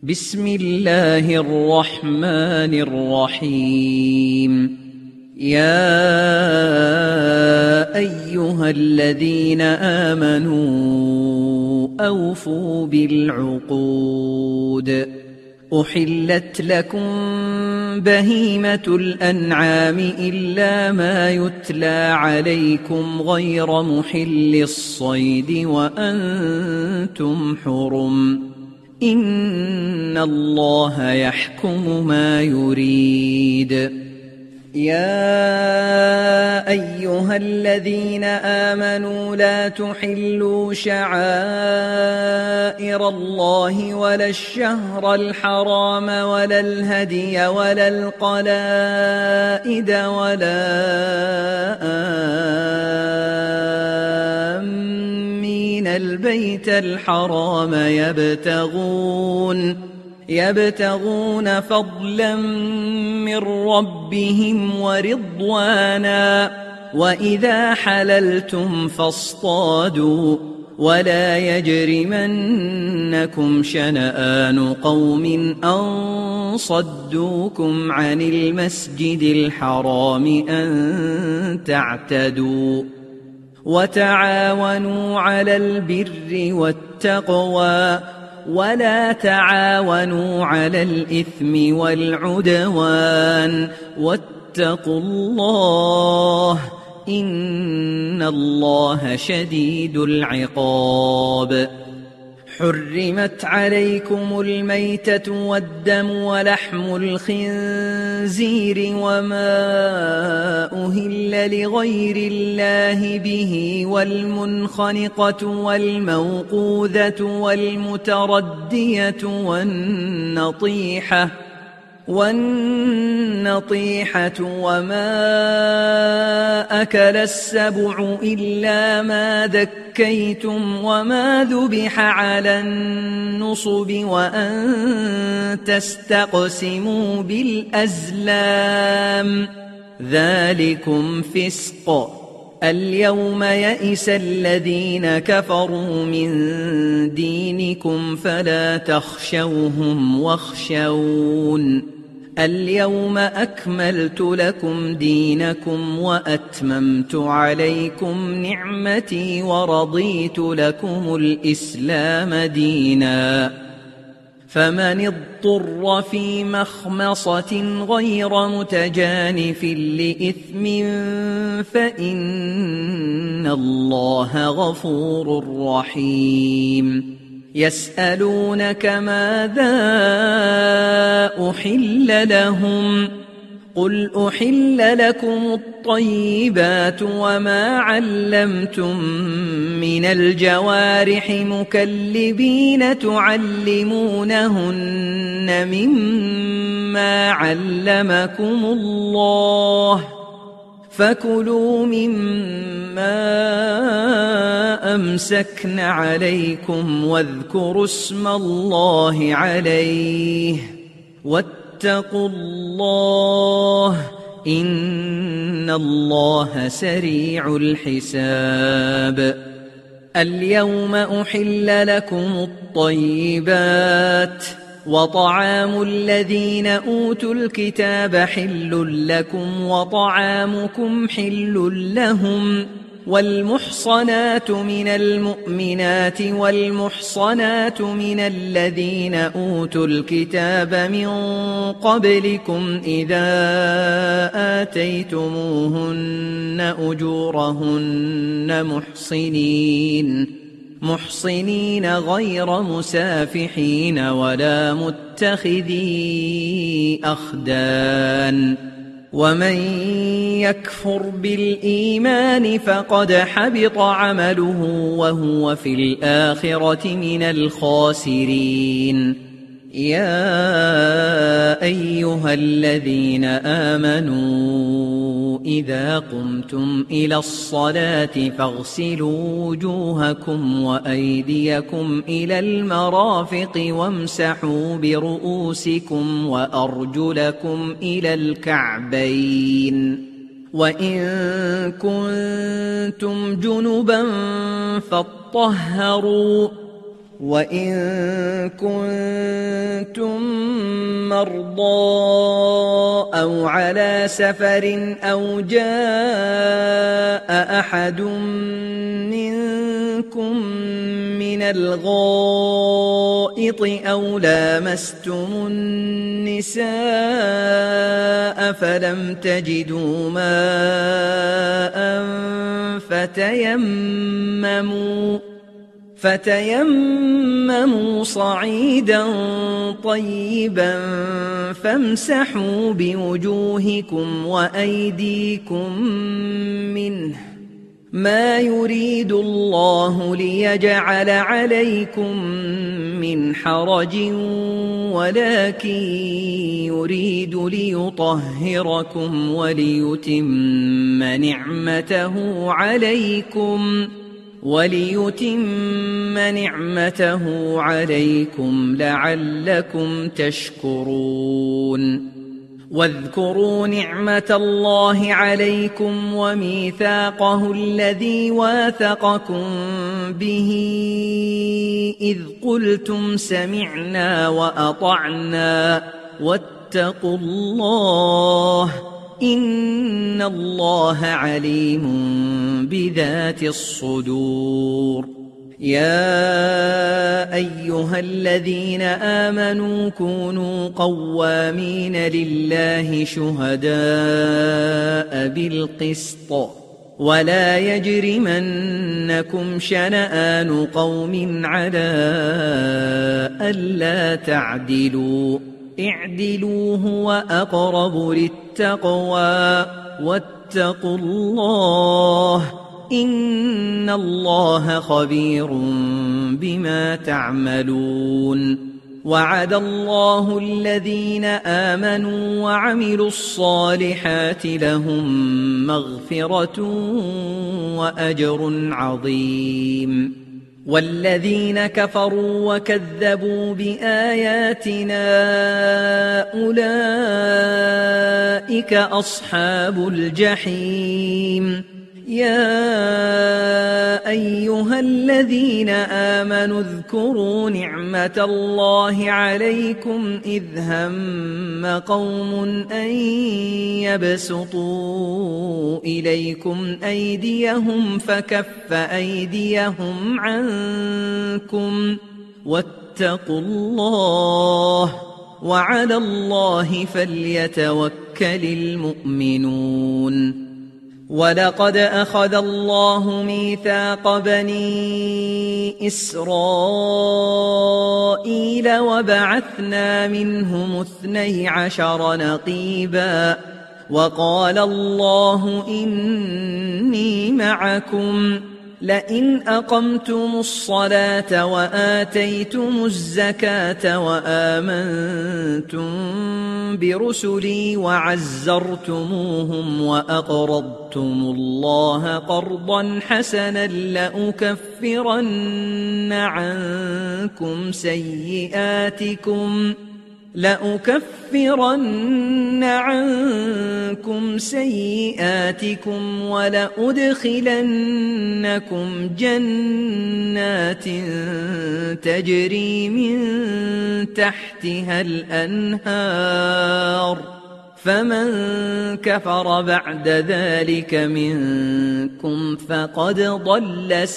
بسم الله الرحمن الرحيم. يا أيها الذين آمنوا أوفوا بالعقود. أحلت لكم بهيمة الأنعام إلا ما يتلى عليكم غير محل الصيد وأنتم حرم. إن الله يحكم ما يريد. يا أيها الذين آمنوا لا تحلوا شعائر الله ولا الشهر الحرام ولا الهدي ولا القلائد ولا آمين البيت الحرام يبتغون فضلا من ربهم ورضوانا. وإذا حللتم فاصطادوا ولا يجرمنكم شنآن قوم أن صدوكم عن المسجد الحرام أن تعتدوا. وتعاونوا على البر والتقوى ولا تعاونوا على الإثم والعدوان واتقوا الله إن الله شديد العقاب. حرمت عليكم الميتة والدم ولحم الخنزير وما أهل لغير الله به والمنخنقة والموقوذة والمتردية والنطيحة وما أكل السبع إلا ما ذكيتم وما ذبح على النصب وأن تستقسموا بالأزلام ذلكم فسق. اليوم يئس الذين كفروا من دينكم فلا تخشوهم واخشون. اليوم أكملت لكم دينكم وأتممت عليكم نعمتي ورضيت لكم الإسلام دينا. فمن اضطر في مخمصة غير متجانف لإثم فإن الله غفور رحيم. يسألونك ماذا أحل لهم قل أحل لكم الطيبات وما علمتم من الجوارح مكلبين تعلمونهن مما علمكم الله فكلوا مما أمسكن عليكم واذكروا اسم الله عليه واتقوا الله إن الله سريع الحساب. اليوم أحل لكم الطيبات وطعام الذين أوتوا الكتاب حل لكم وطعامكم حل لهم. والمحصنات من المؤمنات والمحصنات من الذين أوتوا الكتاب من قبلكم إذا آتيتموهن أجورهن محصنين غير مسافحين ولا متخذي أخدان. ومن يكفر بالإيمان فقد حبط عمله وهو في الآخرة من الخاسرين. يا أيها الذين آمنوا إذا قمتم إلى الصلاة فاغسلوا وجوهكم وأيديكم إلى المرافق وامسحوا برؤوسكم وأرجلكم إلى الكعبين. وإن كنتم جنبا فاطهروا وإن كنتم مرضى أو على سفر أو جاء أحد منكم من الغائط أو لامستم النساء فلم تجدوا ماء فتيمموا صعيدا طيبا فامسحوا بوجوهكم وأيديكم منه ما يريد الله ليجعل عليكم من حرج ولكن يريد ليطهركم وليتم نعمته عليكم لعلكم تشكرون واذكروا نعمة الله عليكم وميثاقه الذي واثقكم به إذ قلتم سمعنا وأطعنا واتقوا الله إن الله عليم بذات الصدور يا أيها الذين آمنوا كونوا قوامين لله شهداء بالقسط ولا يجرمنكم شنآن قوم على ألا تعدلوا اعدلوا هو أقرب للتقوى واتقوا الله إن الله خبير بما تعملون وعد الله الذين آمنوا وعملوا الصالحات لهم مغفرة وأجر عظيم والذين كفروا وكذبوا بآياتنا أولئك أصحاب الجحيم يا أيها الذين آمنوا اذكروا نعمة الله عليكم إذ هم قوم أن يبسطوا إليكم أيديهم فكف أيديهم عنكم واتقوا الله وعلى الله فليتوكل المؤمنون ولقد أخذ الله ميثاق بني إسرائيل وبعثنا منهم 12 نقيبا وقال الله إني معكم لئن أقمتم الصلاة وآتيتم الزكاة وآمنتم برسلي وعزرتموهم وأقرضتم الله قرضا حسنا لأكفرن عنكم سيئاتكم ولأدخلنكم جنات تجري من تحتها الأنهار فمن كفر بعد ذلك منكم فقد ضل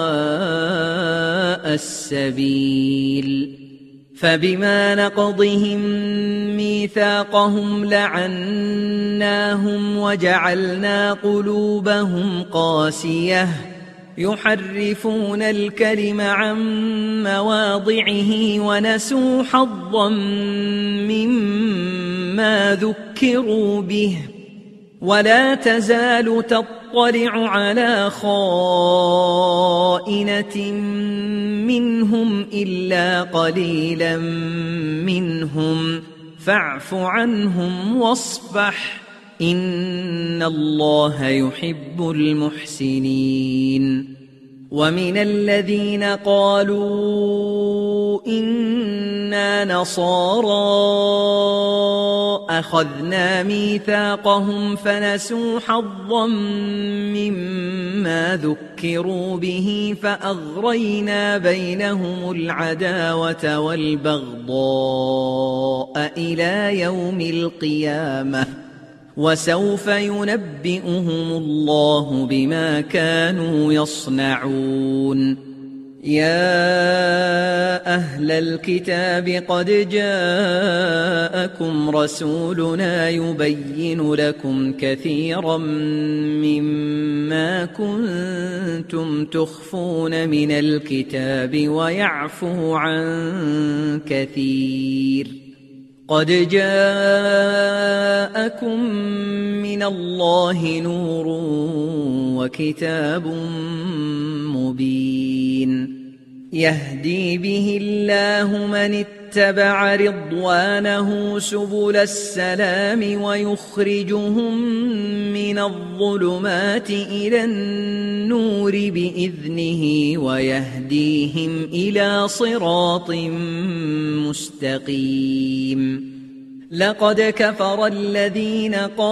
سواء السبيل فبما نقضهم ميثاقهم لعناهم وجعلنا قلوبهم قاسية يحرفون الكلم عن مواضعه ونسوا حظا مما ذكروا به ولا تزال تطلع على خائنة منهم إلا قليلا منهم فاعف عنهم واصفح إن الله يحب المحسنين ومن الذين قالوا إنا نصارى أخذنا ميثاقهم فنسوا حظا مما ذكروا به فأغرينا بينهم العداوة والبغضاء إلى يوم القيامة وسوف ينبئهم الله بما كانوا يصنعون. يا أهل الكتاب قد جاءكم رسولنا يبين لكم كثيرا مما كنتم تخفون من الكتاب ويعفو عن كثير. قد جاءكم من الله نور وكتاب مبين يهدي به الله من اتبع رضوانه سبل السلام ويخرجهم من الظلمات إلى النور بإذنه ويهديهم إلى صراط مستقيم. لقد كفر الذين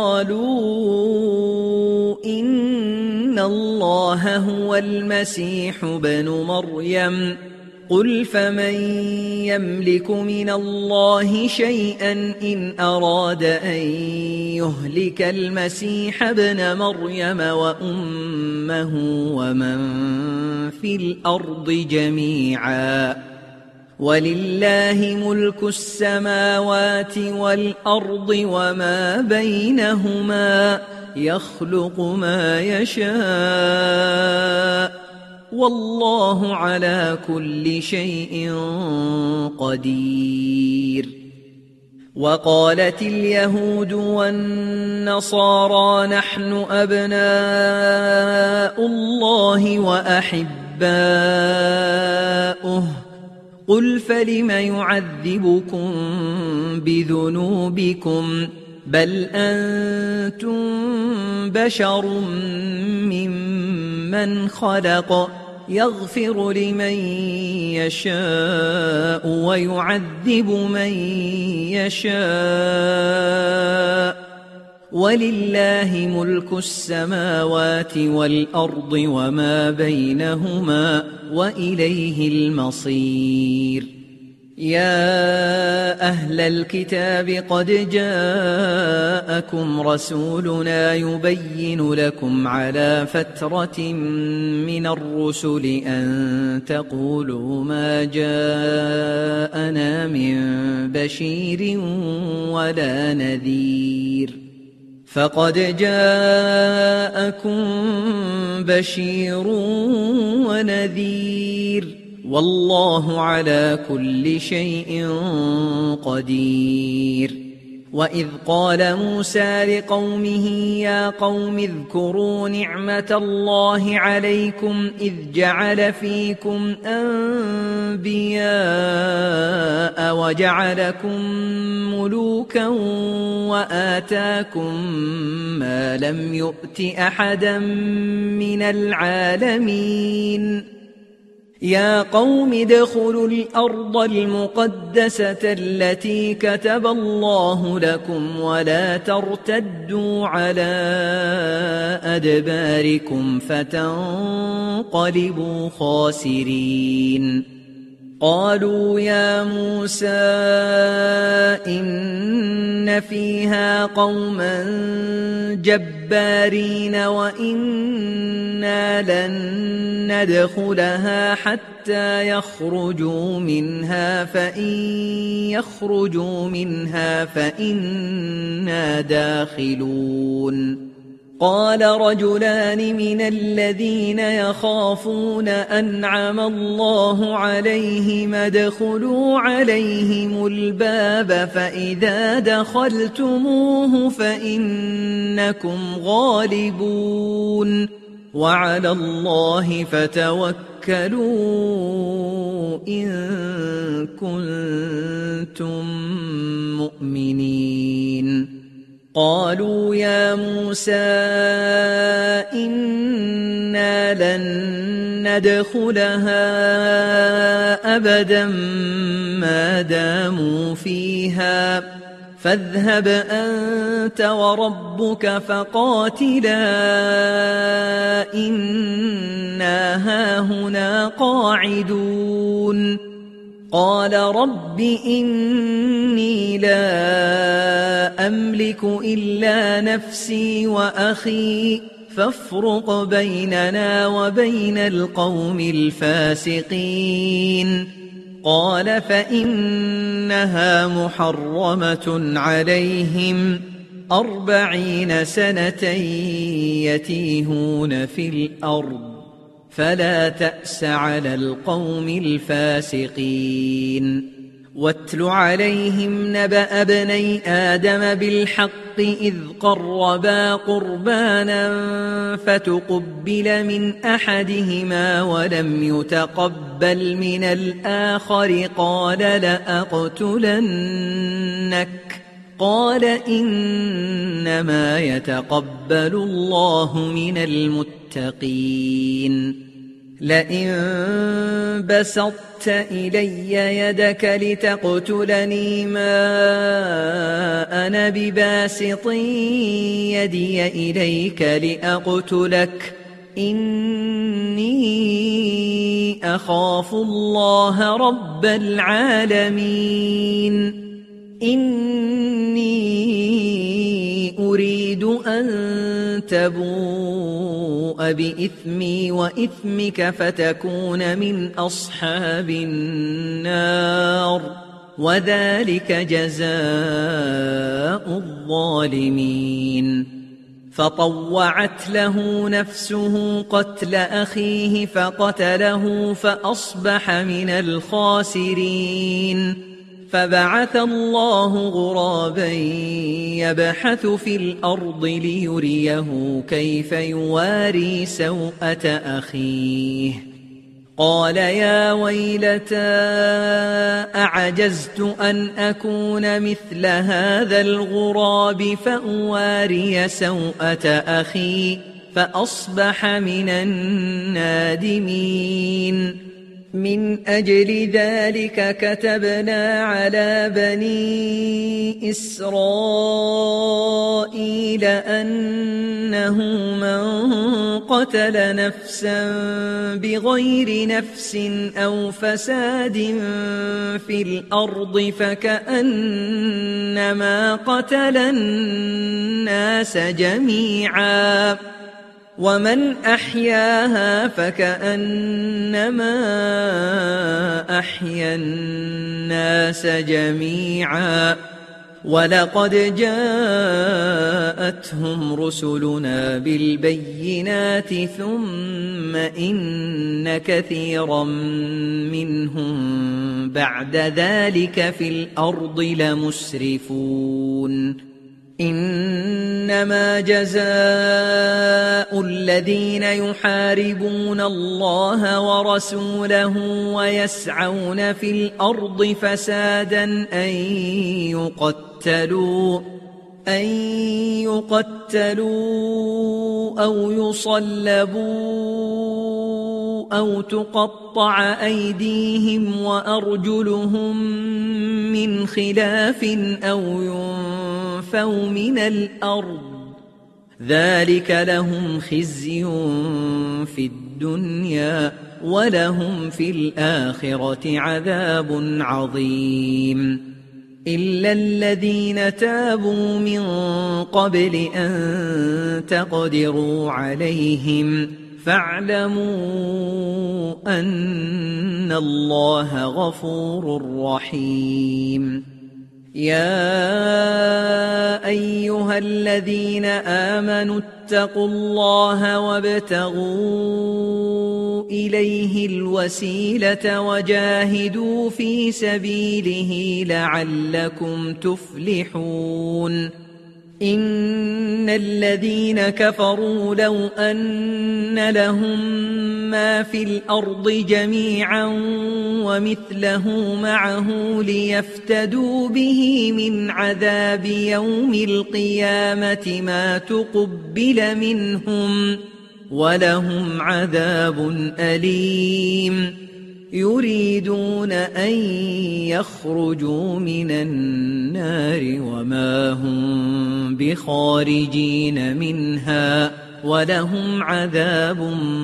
قالوا إن الله هو المسيح ابن مريم قل فمن يملك من الله شيئا إن أراد أن يهلك المسيح ابن مريم وأمه ومن في الأرض جميعا ولله ملك السماوات والأرض وما بينهما يخلق ما يشاء والله على كل شيء قدير. وقالت اليهود والنصارى نحن أبناء الله وأحباؤه قل فلم يعذبكم بذنوبكم بل أنتم بشر ممن خلق يغفر لمن يشاء ويعذب من يشاء ولله ملك السماوات والأرض وما بينهما وإليه المصير. يا أهل الكتاب قد جاءكم رسولنا يبين لكم على فترة من الرسل أن تقولوا ما جاءنا من بشير ولا نذير فقد جاءكم بشير ونذير والله على كل شيء قدير. وإذ قال موسى لقومه يا قوم اذكروا نعمة الله عليكم إذ جعل فيكم أنبياء وجعلكم ملوكا وآتاكم ما لم يؤت أحدا من العالمين. يا قوم ادخلوا الأرض المقدسة التي كتب الله لكم ولا ترتدوا على أدباركم فتنقلبوا خاسرين. قالوا يا موسى إن فيها قوما جبارين وإنا لن ندخلها حتى يخرجوا منها فإن يخرجوا منها فإنا داخلون. قال رجلان من الذين يخافون أنعم الله عليهم ادخلوا عليهم الباب فإذا دخلتموه فإنكم غالبون وعلى الله فتوكلوا إن كنتم مؤمنين. قالوا يا موسى إنا لن ندخلها أبدا ما داموا فيها فاذهب أنت وربك فقاتلا إنا هاهنا قاعدون قال رب إني لا أملك إلا نفسي وأخي فافرق بيننا وبين القوم الفاسقين قال فإنها محرمة عليهم 40 سنة يتيهون في الأرض فلا تأس على القوم الفاسقين واتل عليهم نبأ ابني آدم بالحق إذ قربا قربانا فتقبل من أحدهما ولم يتقبل من الآخر قال لأقتلنك قال إنما يتقبل الله من المتقين لئن بسطت إلي يدك لتقتلني ما أنا بباسط يدي إليك لأقتلك إني أخاف الله رب العالمين إني أريد أن تبوء بإثمي وإثمك فتكون من أصحاب النار وذلك جزاء الظالمين فطوعت له نفسه قتل أخيه فقتله فأصبح من الخاسرين فبعث الله غرابا يبحث في الأرض ليريه كيف يواري سوءة أخيه قال يا ويلتى أعجزت أن أكون مثل هذا الغراب فأواري سوءة أخي فأصبح من النادمين من أجل ذلك كتبنا على بني إسرائيل أنه من قتل نفسا بغير نفس أو فساد في الأرض فكأنما قتل الناس جميعا ومن أحياها فكأنما أحيا الناس جميعا ولقد جاءتهم رسلنا بالبينات ثم إن كثيرا منهم بعد ذلك في الأرض لمسرفون إنما جزاء الذين يحاربون الله ورسوله ويسعون في الأرض فسادا أن يقتلوا أو يصلبوا أو تقطع أيديهم وأرجلهم من خلاف أو ينفوا من الأرض ذلك لهم خزي في الدنيا ولهم في الآخرة عذاب عظيم إلا الذين تابوا من قبل أن تقدروا عليهم فاعلموا أن الله غفور رحيم يا أيها الذين آمنوا اتقوا الله وابتغوا إليه الوسيلة وجاهدوا في سبيله لعلكم تفلحون إن الذين كفروا لو أن لهم ما في الأرض جميعا ومثله معه ليفتدوا به من عذاب يوم القيامة ما تقبل منهم ولهم عذاب أليم يريدون أن يخرجوا من النار وما هم بخارجين منها ولهم عذاب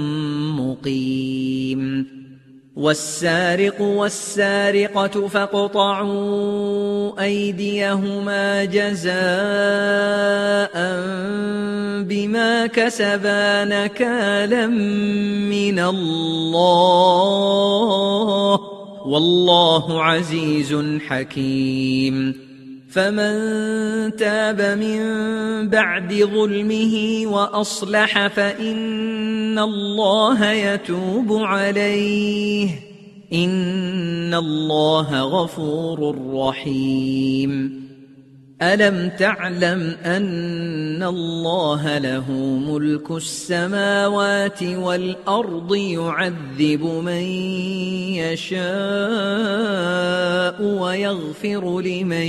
مقيم. والسارق والسارقة فاقطعوا أيديهما جزاء بما كسبا نكالا من الله والله عزيز حكيم. فمن تاب من بعد ظلمه وأصلح فإن الله يتوب عليه إن الله غفور رحيم. ألم تعلم أن الله له ملك السماوات والأرض يعذب من يشاء ويغفر لمن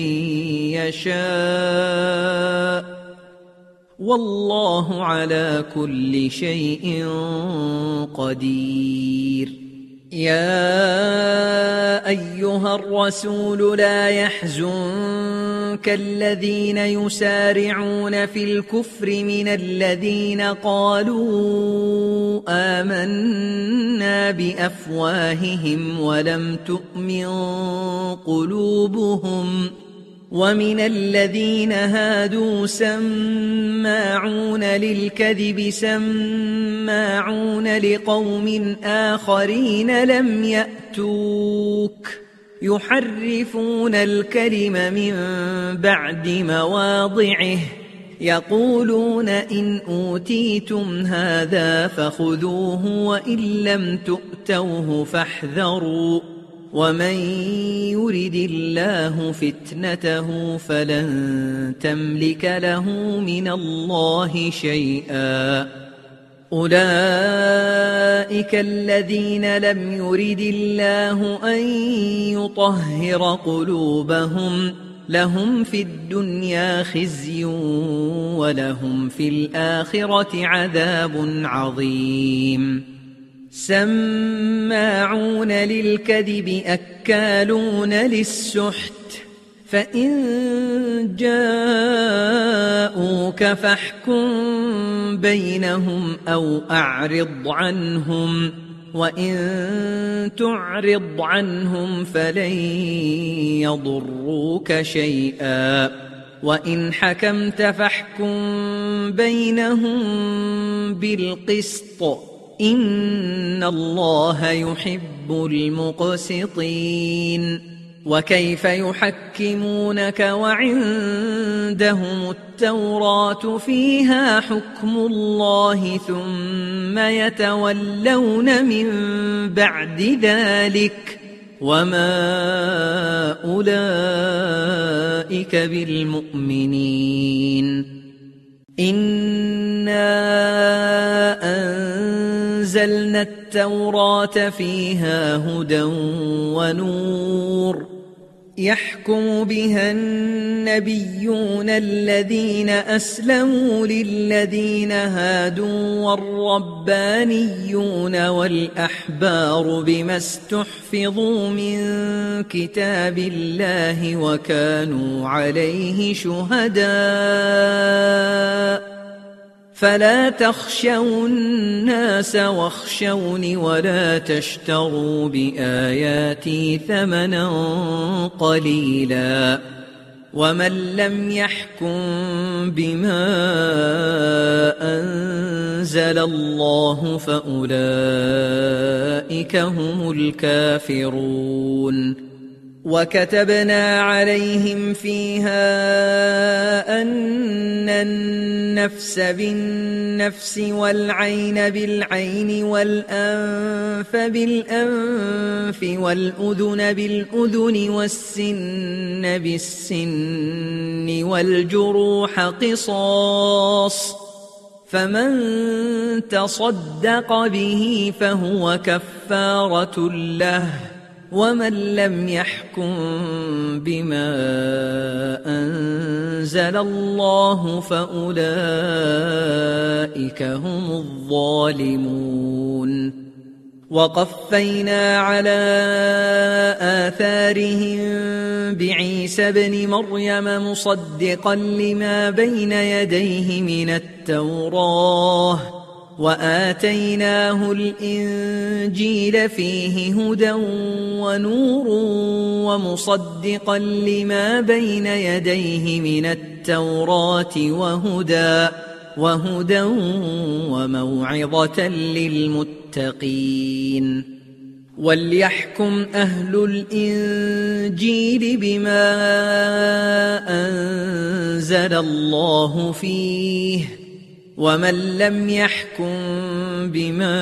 يشاء والله على كل شيء قدير. يا أيها الرسول لا يحزنك الذين يسارعون في الكفر من الذين قالوا آمنا بأفواههم ولم تؤمن قلوبهم ومن الذين هادوا سماعون للكذب سماعون لقوم آخرين لم يأتوك يحرفون الكلم من بعد مواضعه يقولون إن أوتيتم هذا فخذوه وإن لم تؤتوه فاحذروا ومن يرد الله فتنته فلن تملك له من الله شيئا. أولئك الذين لم يرد الله أن يطهر قلوبهم لهم في الدنيا خزي ولهم في الآخرة عذاب عظيم. سماعون للكذب أكالون للسحت فإن جاءوك فاحكم بينهم أو أعرض عنهم وإن تعرض عنهم فلن يضروك شيئا وإن حكمت فاحكم بينهم بالقسط إن الله يحب المقسطين. وكيف يحكمونك وعندهم التوراة فيها حكم الله ثم يتولون من بعد ذلك وما أولئك بالمؤمنين. إنا أنزلنا التوراة فيها هدى ونور يحكم بها النبيون الذين أسلموا للذين هادوا والربانيون والأحبار بما استحفظوا من كتاب الله وكانوا عليه شهداء فلا تخشوا الناس واخشوني ولا تشتروا بآياتي ثمنا قليلا ومن لم يحكم بما أنزل الله فأولئك هم الكافرون. وكتبنا عليهم فيها أن النفس بالنفس والعين بالعين والأنف بالأنف والأذن بالأذن والسن بالسن والجروح قصاص فمن تصدق به فهو كفارة له ومن لم يحكم بما أنزل الله فأولئك هم الظالمون. وقفينا على آثارهم بعيسى ابن مريم مصدقا لما بين يديه من التوراة وآتيناه الإنجيل فيه هدى ونور ومصدقا لما بين يديه من التوراة وهدى وموعظة للمتقين. وليحكم أهل الإنجيل بما أنزل الله فيه ومن لم يحكم بما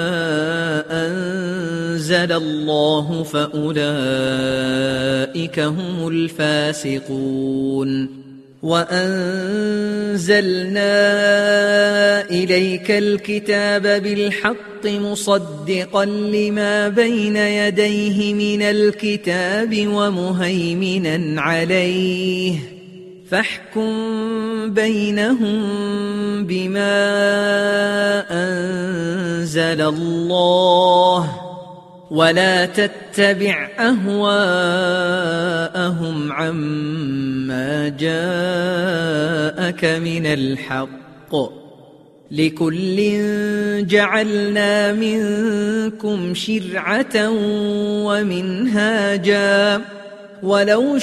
أنزل الله فأولئك هم الفاسقون. وأنزلنا إليك الكتاب بالحق مصدقا لما بين يديه من الكتاب ومهيمنا عليه فاحكم بينهم بما أنزل الله ولا تتبع أهواءهم عما جاءك من الحق لكل جعلنا منكم شرعة ومنهاجا ولو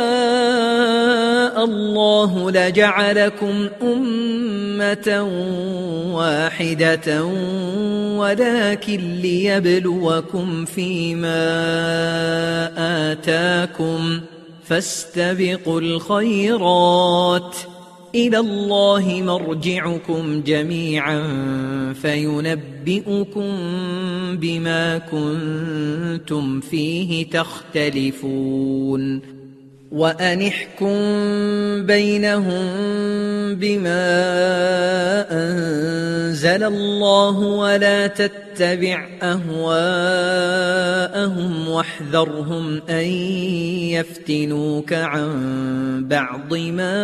شاء الله لجعلكم أمة واحدة ولكن ليبلوكم فيما آتاكم فاستبقوا الخيرات إلى الله مرجعكم جميعا فينبئكم بما كنتم فيه تختلفون. وأن احكم بينهم بما أنزل الله ولا تتبع أهواءهم واحذرهم أن يفتنوك عن بعض ما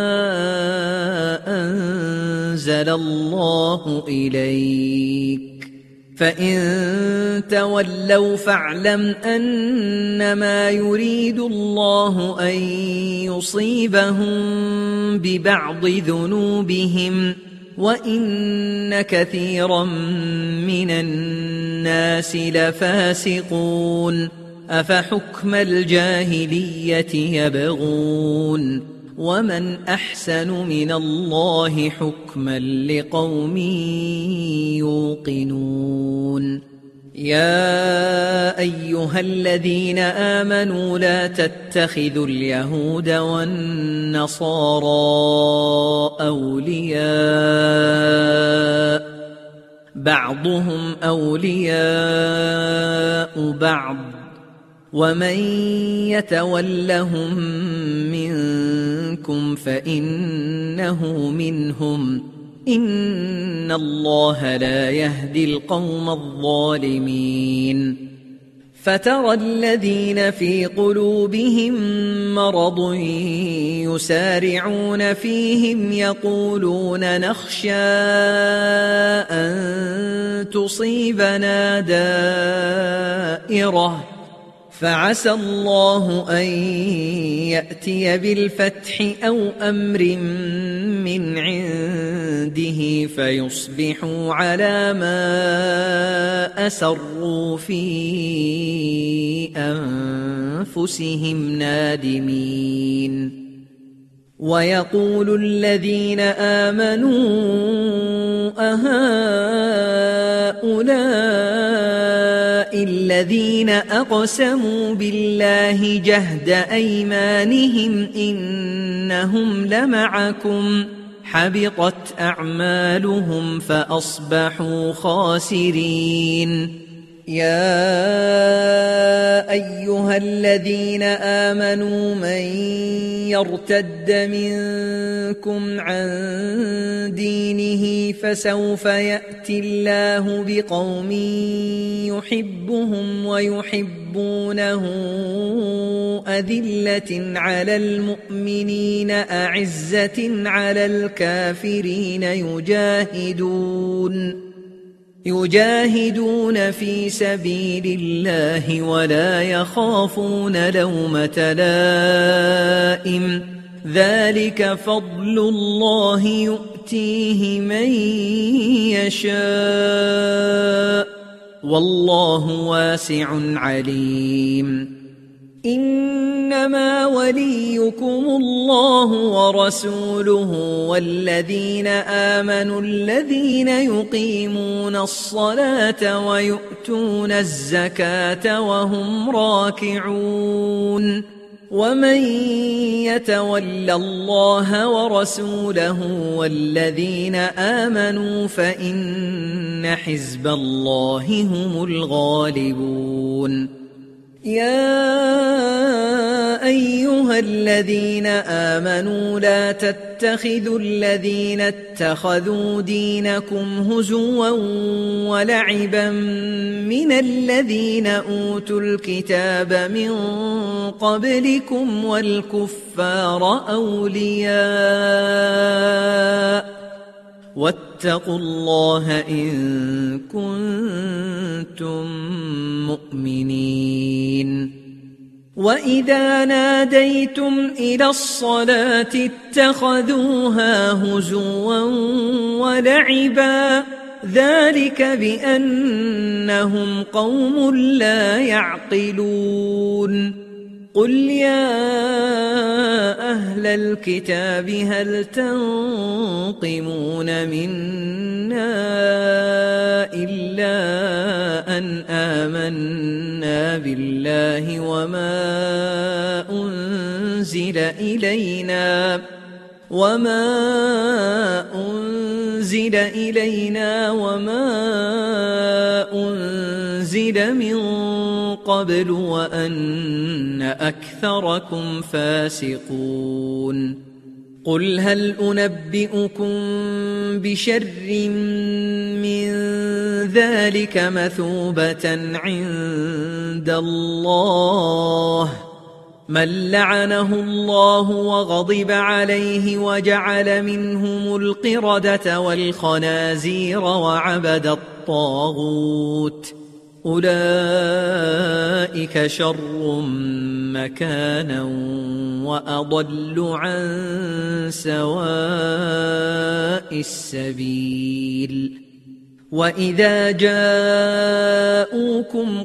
أنزل الله إليك فإن تولوا فاعلم أنما يريد الله أن يصيبهم ببعض ذنوبهم وإن كثيرا من الناس لفاسقون. أفحكم الجاهلية يبغون ومن أحسن من الله حكما لقوم يوقنون. يا أيها الذين آمنوا لا تتخذوا اليهود والنصارى أولياء بعضهم أولياء بعض ومن يتولهم منكم فإنه منهم إن الله لا يهدي القوم الظالمين. فترى الذين في قلوبهم مرض يسارعون فيهم يقولون نخشى أن تصيبنا دائرة فعسى الله أن يأتي بالفتح أو أمر من عنده فيصبحوا على ما أسروا في أنفسهم نادمين. ويقول الذين آمنوا أهؤلاء الذين أقسموا بالله جهد أيمانهم إنهم لمعكم حبطت أعمالهم فأصبحوا خاسرين. يا أيها الذين آمنوا من يرتد منكم عن دينه فسوف يأتي الله بقوم يحبهم ويحبونه أذلة على المؤمنين أعزة على الكافرين يجاهدون في سبيل الله ولا يخافون لومة لائم ذلك فضل الله يؤتيه من يشاء والله واسع عليم إنما وليكم الله ورسوله والذين آمنوا الذين يقيمون الصلاة ويؤتون الزكاة وهم راكعون ومن يتول الله ورسوله والذين آمنوا فإن حزب الله هم الغالبون يا أيها الذين آمنوا لا تتخذوا الذين اتخذوا دينكم هزوا ولعبا من الذين أوتوا الكتاب من قبلكم والكفار أولياء واتقوا الله إن كنتم مؤمنين وإذا ناديتم إلى الصلاة اتخذوها هزوا ولعبا ذلك بأنهم قوم لا يعقلون قل يا أهل الكتاب هل تنقمون منا إلا أن آمنا بالله وما أنزل إلينا وما أنزل من قبل وأن أكثركم فاسقون قل هل أنبئكم بشر من ذلك مثوبة عند الله من لعنه الله وغضب عليه وجعل منهم القردة والخنازير وعبد الطاغوت أولئك شر مكانا وأضل عن سواء السبيل وإذا جاءوكم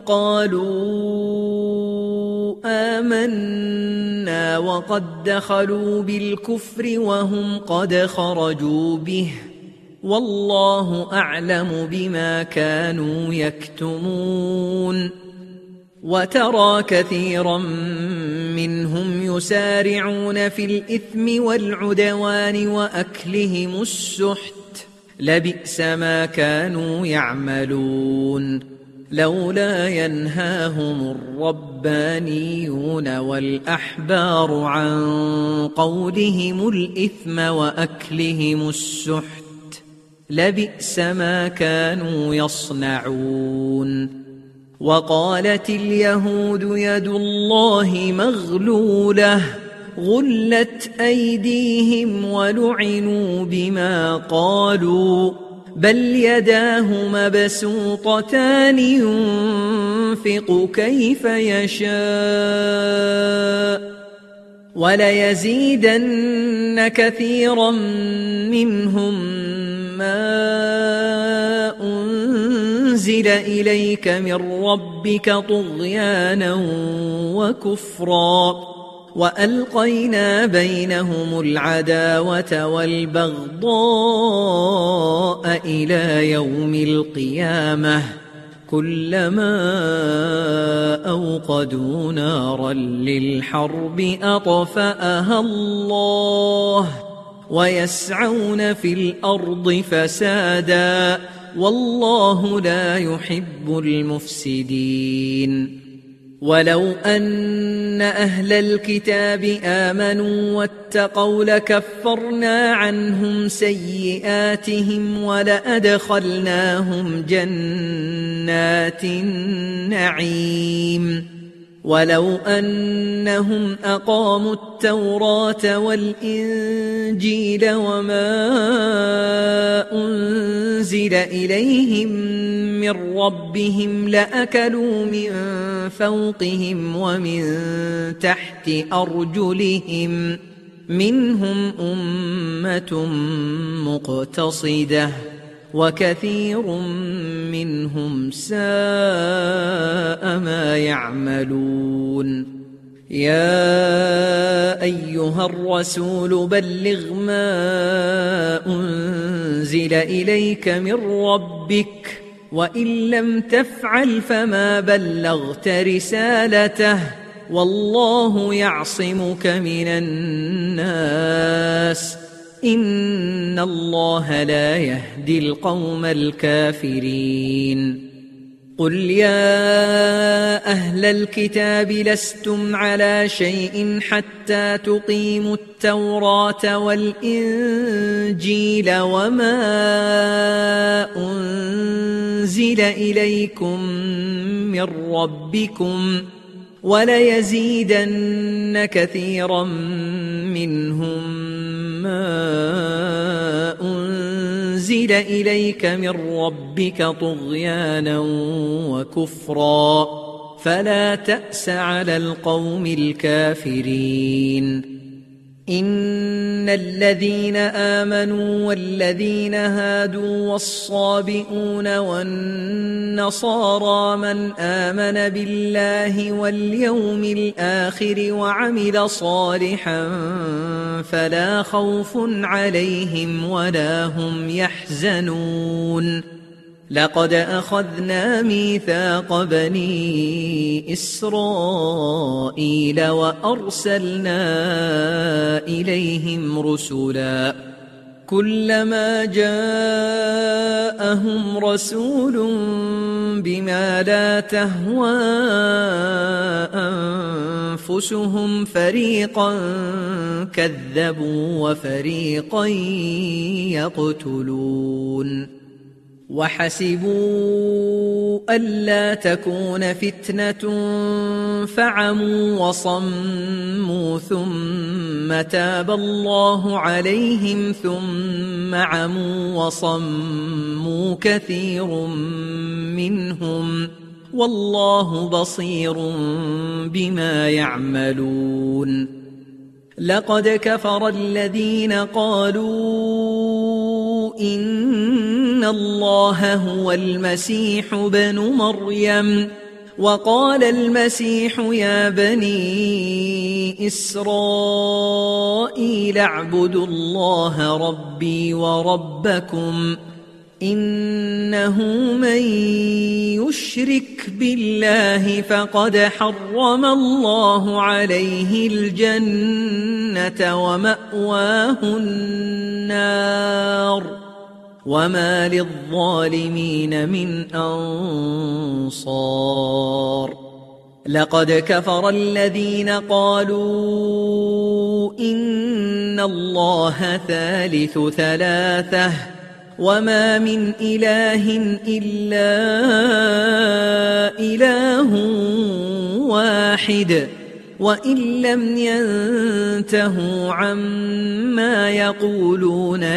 قالوا آمنا وقد دخلوا بالكفر وهم قد خرجوا به والله أعلم بما كانوا يكتمون وترى كثيرا منهم يسارعون في الإثم والعدوان وأكلهم السحت لبئس ما كانوا يعملون لولا ينهاهم الربانيون والأحبار عن قولهم الإثم وأكلهم السحت لبئس ما كانوا يصنعون وقالت اليهود يد الله مغلولة غلت أيديهم ولعنوا بما قالوا بل يداه مبسوطتان ينفق كيف يشاء وليزيدن كثيرا منهم ما أنزل إليك من ربك طغيانا وكفرا وألقينا بينهم العداوة والبغضاء إلى يوم القيامة كلما أوقدوا نارا للحرب أطفأها الله ويسعون في الأرض فسادا والله لا يحب المفسدين ولو أن أهل الكتاب آمنوا واتقوا لكفرنا عنهم سيئاتهم ولأدخلناهم جنات النعيم ولو أنهم أقاموا التوراة والإنجيل وما أنزل إليهم من ربهم لأكلوا من فوقهم ومن تحت أرجلهم منهم أمة مقتصدة وكثير منهم ساء ما يعملون يا أيها الرسول بلغ ما أنزل إليك من ربك وإن لم تفعل فما بلغت رسالته والله يعصمك من الناس إن الله لا يهدي القوم الكافرين قل يا أهل الكتاب لستم على شيء حتى تقيموا التوراة والإنجيل وما أنزل إليكم من ربكم وليزيدن كثيرا منهم ما أنزل إليك من ربك طغيانا وكفرا فلا تأس على القوم الكافرين إن الذين آمنوا والذين هادوا والصابئون والنصارى من آمن بالله واليوم الآخر وعمل صالحا فلا خوف عليهم ولا هم يحزنون لقد أخذنا ميثاق بني إسرائيل وأرسلنا إليهم رسلا كلما جاءهم رسول بما لا تهوى أنفسهم فريقا كذبوا وفريقا يقتلون وحسبوا ألا تكون فتنة فعموا وصموا ثم تاب الله عليهم ثم عموا وصموا كثير منهم والله بصير بما يعملون لقد كفر الذين قالوا إن الله هو المسيح بن مريم وقال المسيح يا بني إسرائيل اعبدوا الله ربي وربكم إنه من يشرك بالله فقد حرم الله عليه الجنة ومأواه النار وما للظالمين من أنصار لقد كفر الذين قالوا إن الله ثالث ثلاثة وما من إله إلا إله واحد وإن لم ينتهوا عما يقولون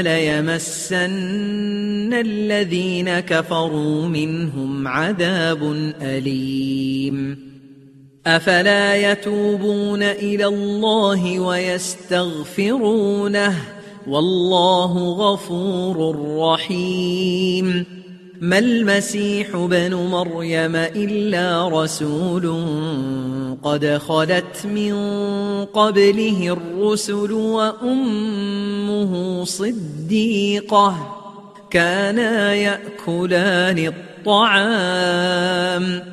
ليمسن الذين كفروا منهم عذاب أليم أفلا يتوبون إلى الله ويستغفرونه والله غفور رحيم ما المسيح بن مريم إلا رسول قد خلت من قبله الرسل وأمه صديقة كانا يأكلان الطعام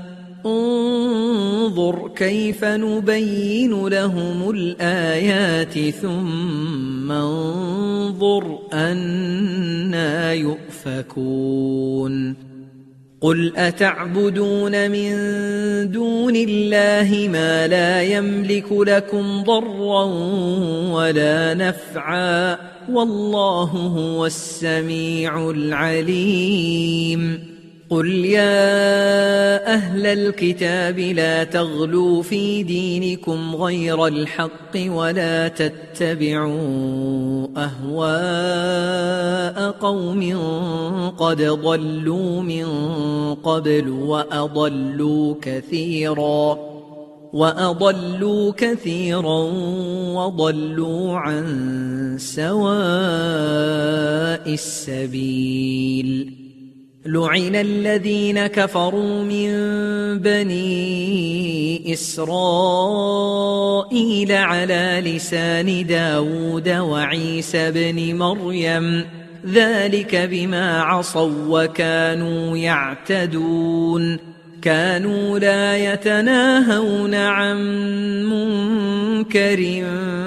انظر كيف نبين لهم الآيات ثم انظر أنى يؤفكون قل أتعبدون من دون الله ما لا يملك لكم ضرا ولا نفعا والله هو السميع العليم قل يا أهل الكتاب لا تغلوا في دينكم غير الحق ولا تتبعوا أهواء قوم قد ضلوا من قبل وأضلوا كثيرا وضلوا عن سواء السبيل. لعن الذين كفروا من بني إسرائيل على لسان داود وعيسى بن مريم ذلك بما عصوا وكانوا يعتدون. كانوا لا يتناهون عن منكر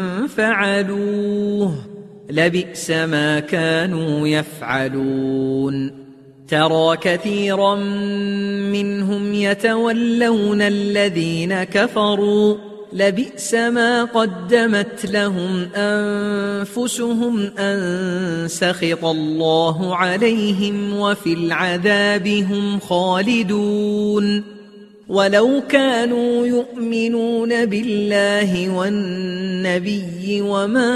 فعلوه لبئس ما كانوا يفعلون. ترى كثيرا منهم يتولون الذين كفروا لبئس ما قدمت لهم أنفسهم أن سخط الله عليهم وفي العذاب هم خالدون. ولو كانوا يؤمنون بالله والنبي وما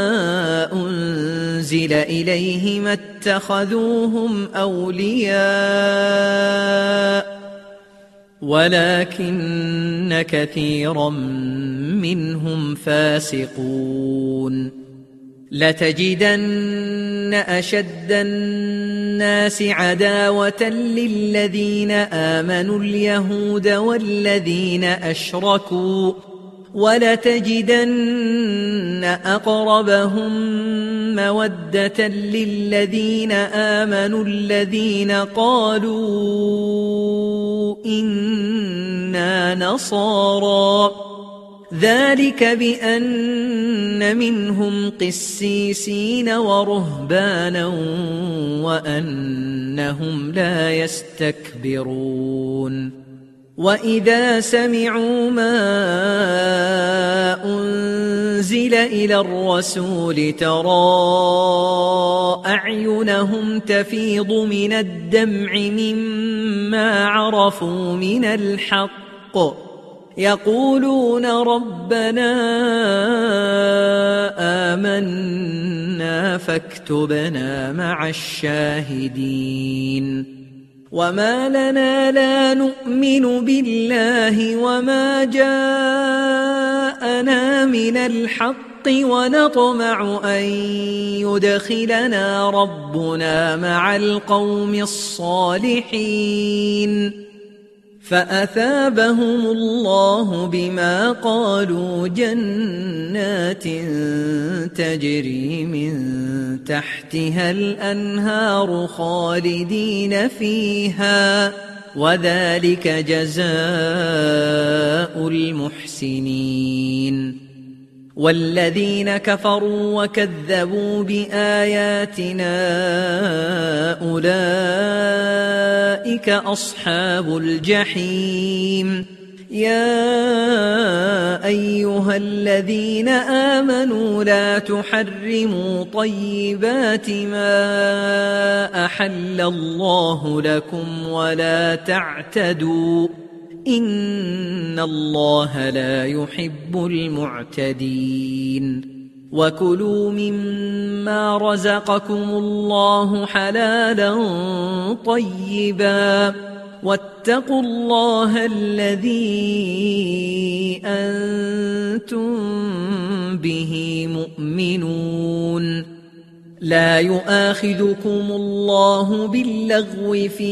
أنزل إليه ما اتخذوهم أولياء ولكن كثيرا منهم فاسقون. لتجدن أشد الناس عداوة للذين آمنوا اليهود والذين أشركوا ولتجدن أقربهم مودة للذين آمنوا الذين قالوا إنا نصارى ذلك بأن منهم قسيسين ورهبانا وأنهم لا يستكبرون. وإذا سمعوا ما أنزل إلى الرسول ترى أعينهم تفيض من الدمع مما عرفوا من الحق يقولون ربنا آمنا فاكتبنا مع الشاهدين. وما لنا لا نؤمن بالله وما جاءنا من الحق ونطمع أن يدخلنا ربنا مع القوم الصالحين. فأثابهم الله بما قالوا جنات تجري من تحتها الأنهار خالدين فيها وذلك جزاء المحسنين. والذين كفروا وكذبوا بآياتنا أولئك أصحاب الجحيم. يا أيها الذين آمنوا لا تحرموا طيبات ما أحل الله لكم ولا تعتدوا إن الله لا يحب المعتدين. وكلوا مما رزقكم الله حلالا طيبا واتقوا الله الذي أنتم به مؤمنون. لا يؤاخذكم الله باللغو في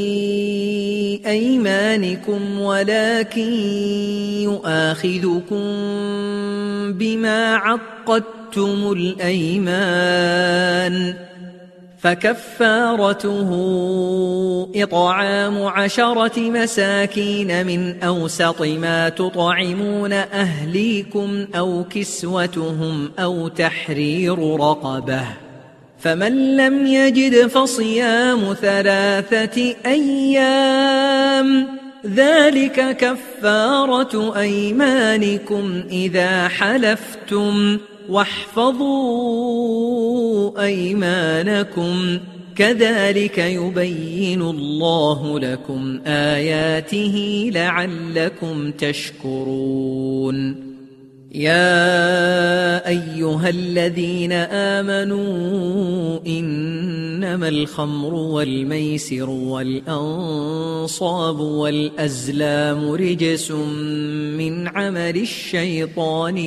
أيمانكم ولكن يؤاخذكم بما عقدتم الأيمان فكفارته إطعام 10 مساكين من أوسط ما تطعمون أهليكم أو كسوتهم أو تحرير رقبة. فمن لم يجد فصيام 3 أيام ذلك كفارة أيمانكم إذا حلفتم واحفظوا أيمانكم كذلك يبين الله لكم آياته لعلكم تشكرون يا أيها الذين آمنوا إنما الخمر والميسر والأنصاب والأزلام رجس من عمل الشيطان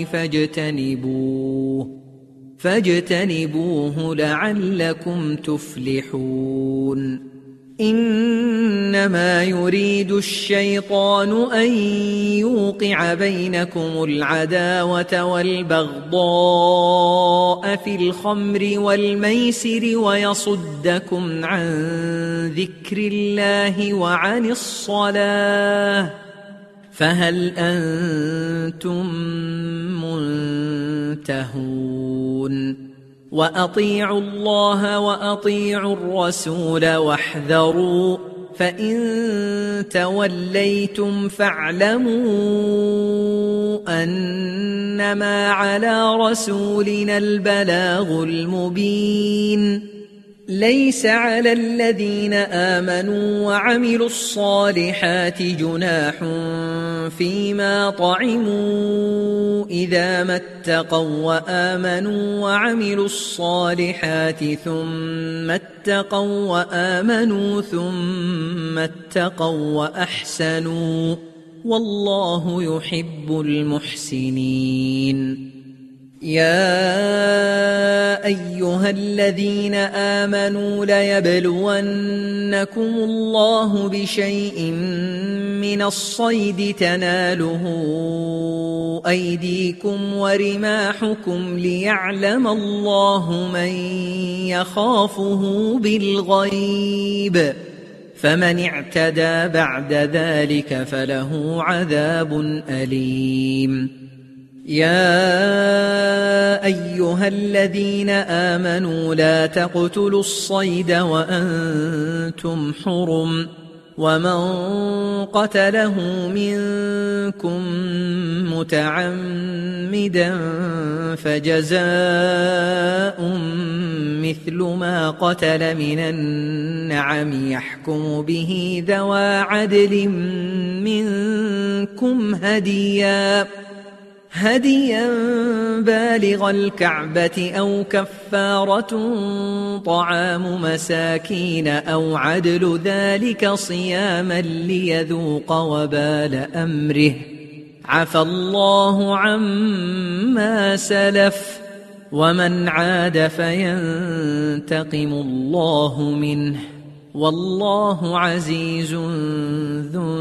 فاجتنبوه لعلكم تفلحون إنما يريد الشيطان أن يوقع بينكم العداوة والبغضاء في الخمر والميسر ويصدكم عن ذكر الله وعن الصلاة فهل أنتم منتهون وأطيعوا الله وأطيعوا الرسول واحذروا فإن توليتم فاعلموا أنما على رسولنا البلاغ المبين ليس على الذين آمنوا وعملوا الصالحات جناح فيما طعموا إذا ما اتقوا وآمنوا وعملوا الصالحات ثم اتقوا وآمنوا ثم اتقوا وأحسنوا والله يحب المحسنين يا أيها الذين آمنوا ليبلونكم الله بشيء من الصيد تناله أيديكم ورماحكم ليعلم الله من يخافه بالغيب فمن اعتدى بعد ذلك فله عذاب أليم يا أيها الذين آمنوا لا تقتلوا الصيد وأنتم حرم ومن قتله منكم متعمدا فجزاء مثل ما قتل من النعم يحكم به ذوى عدل منكم هديا بالغ الكعبة أو كفارة طعام مساكين أو عدل ذلك صياما ليذوق وبال أمره عفى الله عما سلف ومن عاد فينتقم الله منه والله عزيز ذو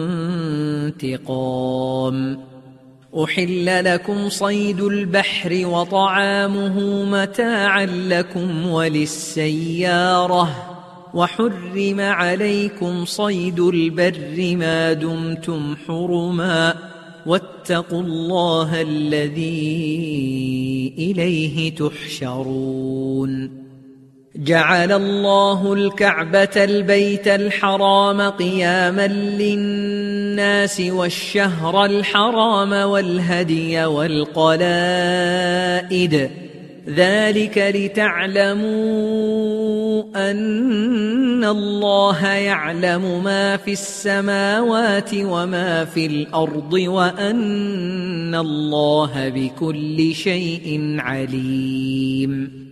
انتقام أحل لكم صيد البحر وطعامه متاعا لكم وللسيارة وحرم عليكم صيد البر ما دمتم حرما واتقوا الله الذي إليه تحشرون جعل الله الكعبة البيت الحرام قياما للناس والشهر الحرام والهدي والقلائد ذلك لتعلموا أن الله يعلم ما في السماوات وما في الأرض وأن الله بكل شيء عليم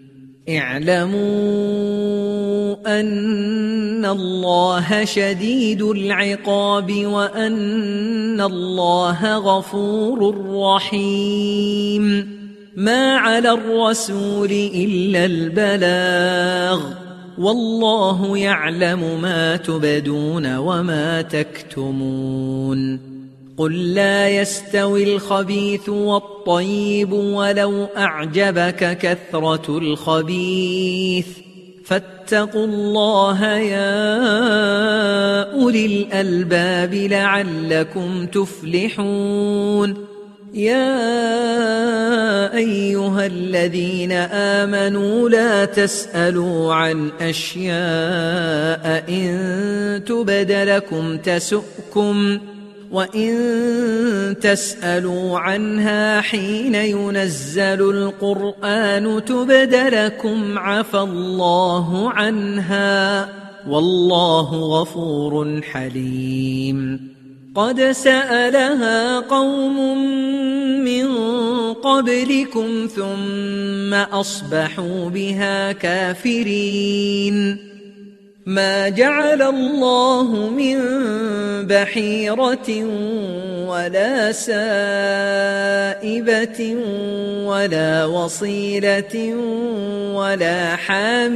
اعلموا أن الله شديد العقاب وأن الله غفور رحيم ما على الرسول إلا البلاغ والله يعلم ما تبدون وما تكتمون قل لا يستوي الخبيث والطيب ولو أعجبك كثرة الخبيث فاتقوا الله يا أولي الألباب لعلكم تفلحون يا أيها الذين آمنوا لا تسألوا عن أشياء إن تبد لكم تسؤكم وإن تسألوا عنها حين ينزل القرآن تبد لكم عفى الله عنها والله غفور حليم. قد سألها قوم من قبلكم ثم أصبحوا بها كافرين. ما جعل الله من بحيرة ولا سائبة ولا وصيلة ولا حام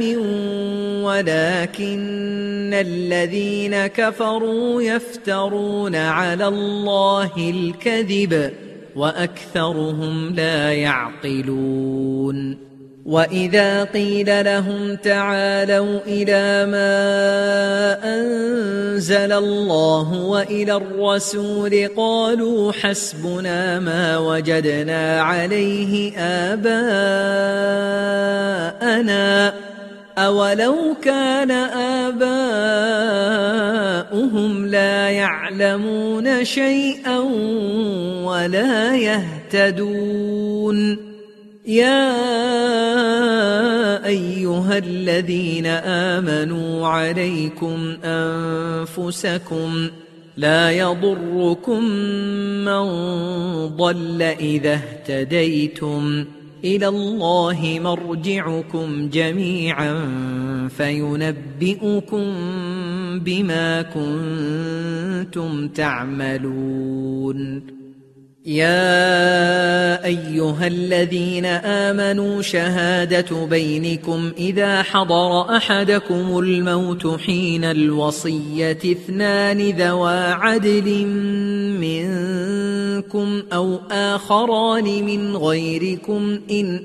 ولكن الذين كفروا يفترون على الله الكذب وأكثرهم لا يعقلون. وإذا قيل لهم تعالوا إلى ما أنزل الله وإلى الرسول قالوا حسبنا ما وجدنا عليه آباءنا أولو كان آباؤهم لا يعلمون شيئا ولا يهتدون. يا أيها الذين آمنوا عليكم أنفسكم لا يضركم من ضل إذا اهتديتم إلى الله مرجعكم جميعا فينبئكم بما كنتم تعملون. يا أيها الذين آمنوا شهادة بينكم إذا حضر أحدكم الموت حين الوصية اثنان ذوى عدل منكم أو آخران من غيركم إن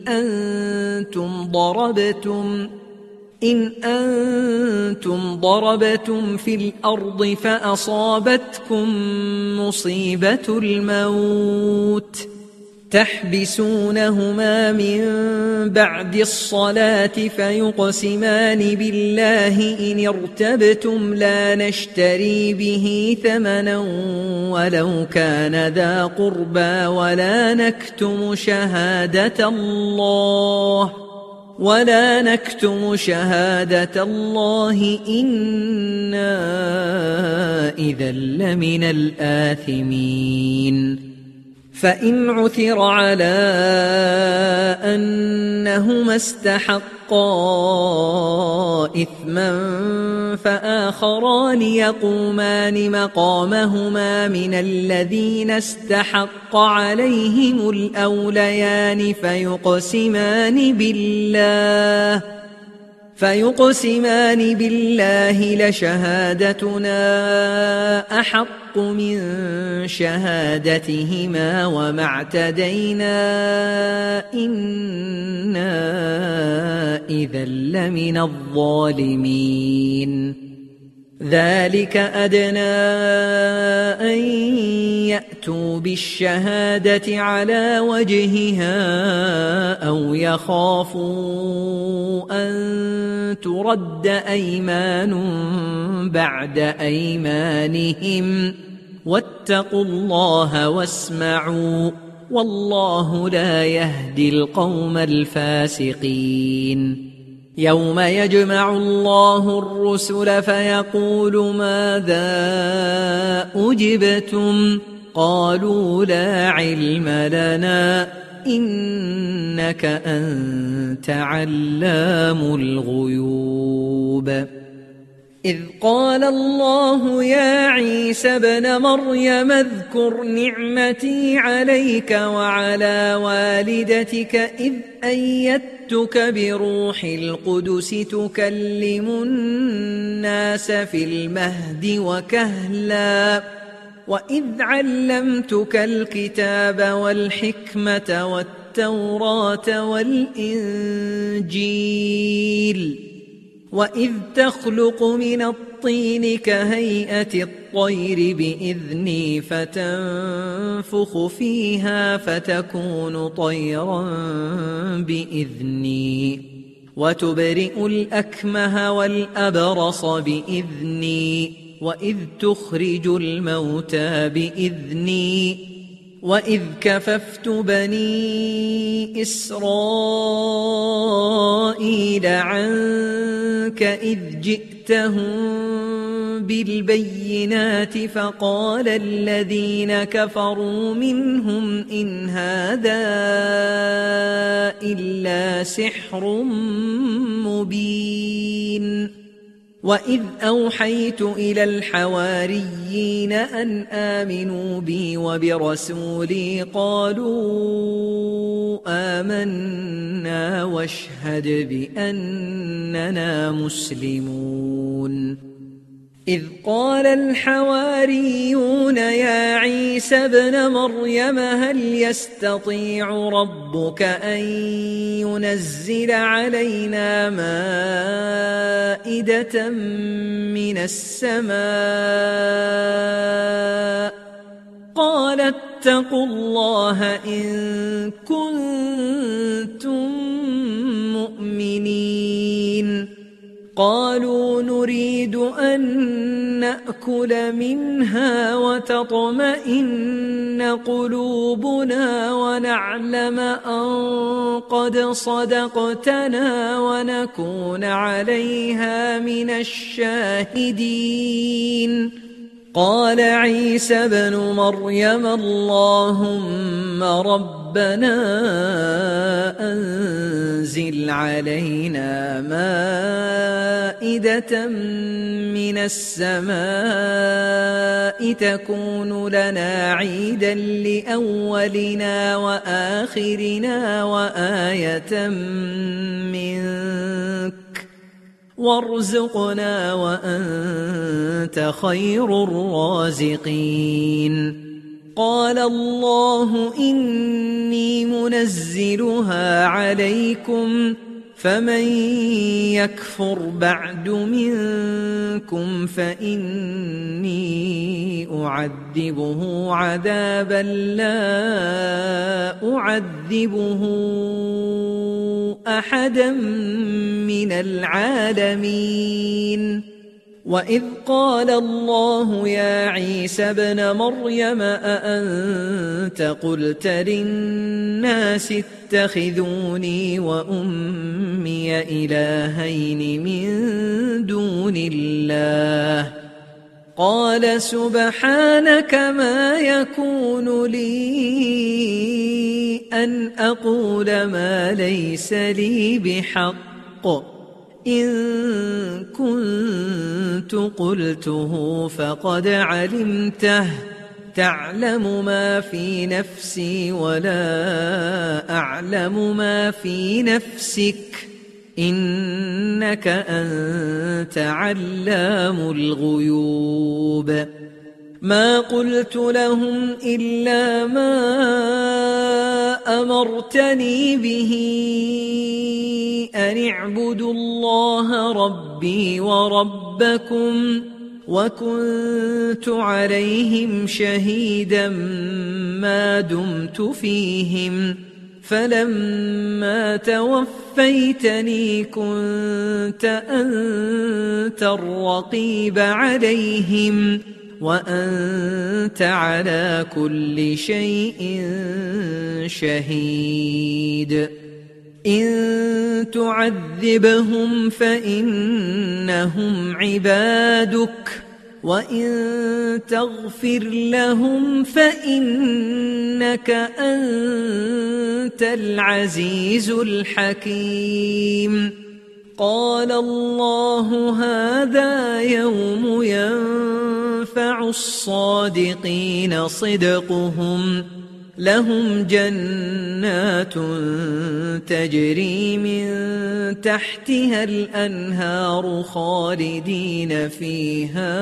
أنتم ضربتم في الأرض فأصابتكم مصيبة الموت تحبسونهما من بعد الصلاة فيقسمان بالله إن ارتبتم لا نشتري به ثمنا ولو كان ذا قربى ولا نكتم شهادة الله إنا إذا لمن الآثمين. فإن عثر على أنهما استحقا إثما فآخران يقومان مقامهما من الذين استحق عليهم الأوليان فيقسمان بالله لشهادتنا أحق من شهادتهما وما اعتدينا إنا إذا لمن الظالمين. ذلك أدنى أن يأتوا بالشهادة على وجهها أو يخافوا أن ترد أيمان بعد أيمانهم واتقوا الله واسمعوا والله لا يهدي القوم الفاسقين. يوم يجمع الله الرسل فيقول ماذا أجبتم قالوا لا علم لنا إنك أنت علام الغيوب. إذ قال الله يا عيسى ابن مريم اذكر نعمتي عليك وعلى والدتك إذ أيدتك بروح القدس تكلم الناس في المهد وكهلا وإذ علمتك الكتاب والحكمة والتوراة والإنجيل وإذ تخلق من الطين كهيئة الطير بإذني فتنفخ فيها فتكون طيرا بإذني وتبرئ الأكمه والأبرص بإذني وإذ تخرج الموتى بإذني وإذ كففت بني إسرائيل عنك إذ جئتهم بالبينات فقال الذين كفروا منهم إن هذا إلا سحر مبين وإذ أوحيت إلى الحواريين أن آمنوا بي وبرسولي قالوا آمنا واشهد بأننا مسلمون إذ قال الحواريون يا عيسى ابن مريم هل يستطيع ربك أن ينزل علينا مائدة من السماء قال اتقوا الله إن كنتم مؤمنين قالوا نريد أن نأكل منها وتطمئن قلوبنا ونعلم أن قد صدقتنا ونكون عليها من الشاهدين قال عيسى ابن مريم اللهم ربنا أنزل علينا مائدة من السماء تكون لنا عيدا لأولنا وآخرنا وآية منك وارزقنا وأنت خير الرازقين قال الله إني منزلها عليكم فمن يكفر بعد منكم فإني أعذبه عذابا لا أعذبه أحدا من العالمين وإذ قال الله يا عيسى ابن مريم أأنت قلت للناس اتخذوني وأمي إلهين من دون الله قال سبحانك ما يكون لي أن أقول ما ليس لي بحق إن كنت قلته فقد علمته تعلم ما في نفسي ولا أعلم ما في نفسك إنك أنت علام الغيوب ما قلت لهم إلا ما أمرتني به أن اعبدوا الله ربي وربكم وكنت عليهم شهيدا ما دمت فيهم فلما توفيتني كنت أنت الرقيب عليهم وأنت على كل شيء شهيد إن تعذبهم فإنهم عبادك وإن تغفر لهم فإنك أنت العزيز الحكيم قال الله هذا يوم ينفع الصادقين صدقهم لهم جنات تجري من تحتها الأنهار خالدين فيها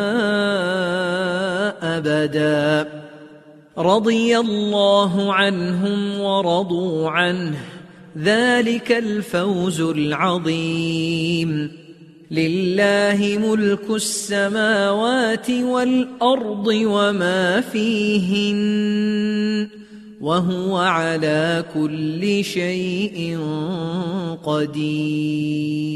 أبدا رضي الله عنهم ورضوا عنه ذلك الفوز العظيم لله ملك السماوات والأرض وما فيهن وهو على كل شيء قدير